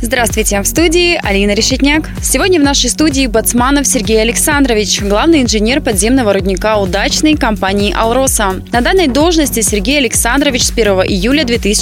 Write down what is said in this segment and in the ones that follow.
Здравствуйте, в студии Алина Решетняк. Сегодня в нашей студии Бацманов Сергей Александрович, главный инженер подземного рудника «Удачный» компании «Алроса». На данной должности Сергей Александрович с 1 июля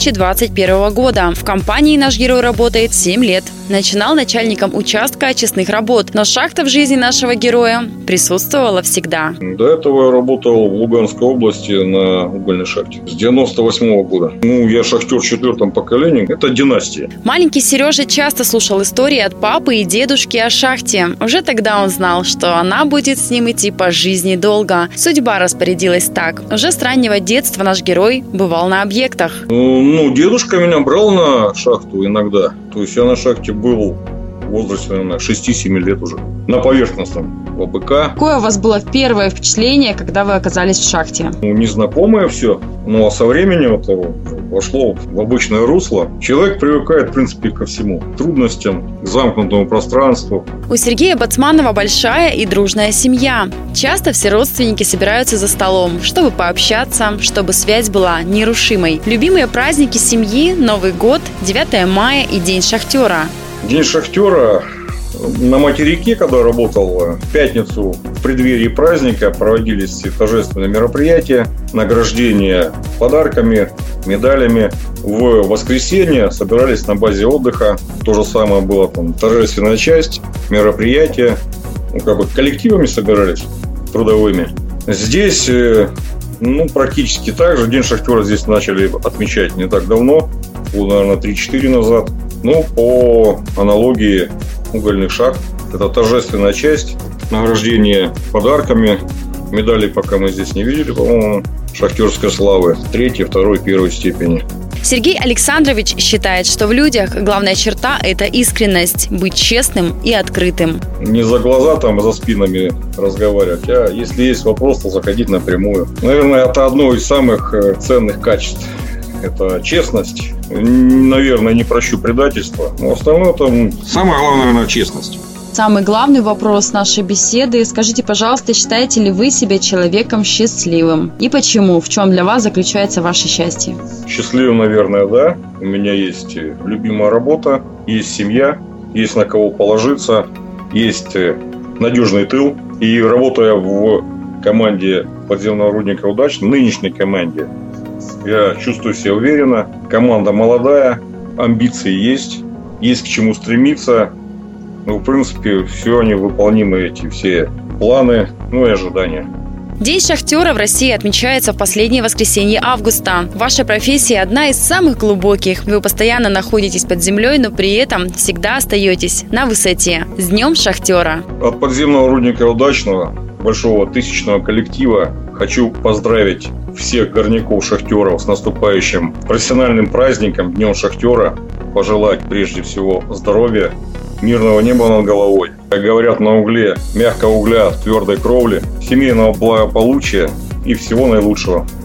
2021 года. В компании наш герой работает 7 лет. Начинал начальником участка очистных работ, но шахта в жизни нашего героя присутствовала всегда. До этого я работал в Луганской области на угольной шахте с 98 года. Я шахтер в 4-м поколении. Это династия. Маленький Сережа часто слушал истории от папы и дедушки о шахте. Уже тогда он знал, что она будет с ним идти по жизни долго. Судьба распорядилась так. Уже с раннего детства наш герой бывал на объектах. Дедушка меня брал на шахту иногда. То есть я на шахте был в возрасте, наверное, 6-7 лет уже. На поверхностном, в АБК. Какое у вас было первое впечатление, когда вы оказались в шахте? Незнакомое все. А со временем это вошло в обычное русло. Человек привыкает, в принципе, ко всему. К трудностям, к замкнутому пространству. У Сергея Бацманова большая и дружная семья. Часто все родственники собираются за столом, чтобы пообщаться, чтобы связь была нерушимой. Любимые праздники семьи – Новый год, 9 мая и День шахтера. День шахтера на материке, когда работал, в пятницу в преддверии праздника проводились торжественные мероприятия, награждения подарками, медалями. В воскресенье собирались на базе отдыха. То же самое было, торжественная часть, мероприятия. Коллективами собирались, трудовыми. Здесь практически так же. День шахтера здесь начали отмечать не так давно, наверное, 3-4 назад. По аналогии угольных шахт. Это торжественная часть, награждение подарками. Медалей пока мы здесь не видели, по-моему, шахтерской славы 3-й, 2-й, 1-й степени. Сергей Александрович считает, что в людях главная черта – это искренность, быть честным и открытым. Не за глаза а за спинами разговаривать, а если есть вопрос, то заходить напрямую. Наверное, это одно из самых ценных качеств. Это честность. Наверное, не прощу предательства. Но остальное там самое главное, наверное, честность. Самый главный вопрос нашей беседы. Скажите, пожалуйста, считаете ли вы себя человеком счастливым? И почему? В чем для вас заключается ваше счастье? Счастливым, наверное, да. У меня есть любимая работа, есть семья, есть на кого положиться, есть надежный тыл. И работая в команде подземного рудника «Удачный», нынешней команде, я чувствую себя уверенно. Команда молодая, амбиции есть к чему стремиться. В принципе, все они выполнимы, эти все планы, и ожидания. День шахтера в России отмечается в последнее воскресенье августа. Ваша профессия одна из самых глубоких. Вы постоянно находитесь под землей, но при этом всегда остаетесь на высоте. С Днем шахтера! От подземного рудника «Удачного», большого 1000-го коллектива, хочу поздравить всех горняков-шахтеров с наступающим профессиональным праздником, Днем шахтера. Пожелать прежде всего здоровья, мирного неба над головой. Как говорят на угле, мягкого угля, твердой кровли, семейного благополучия и всего наилучшего.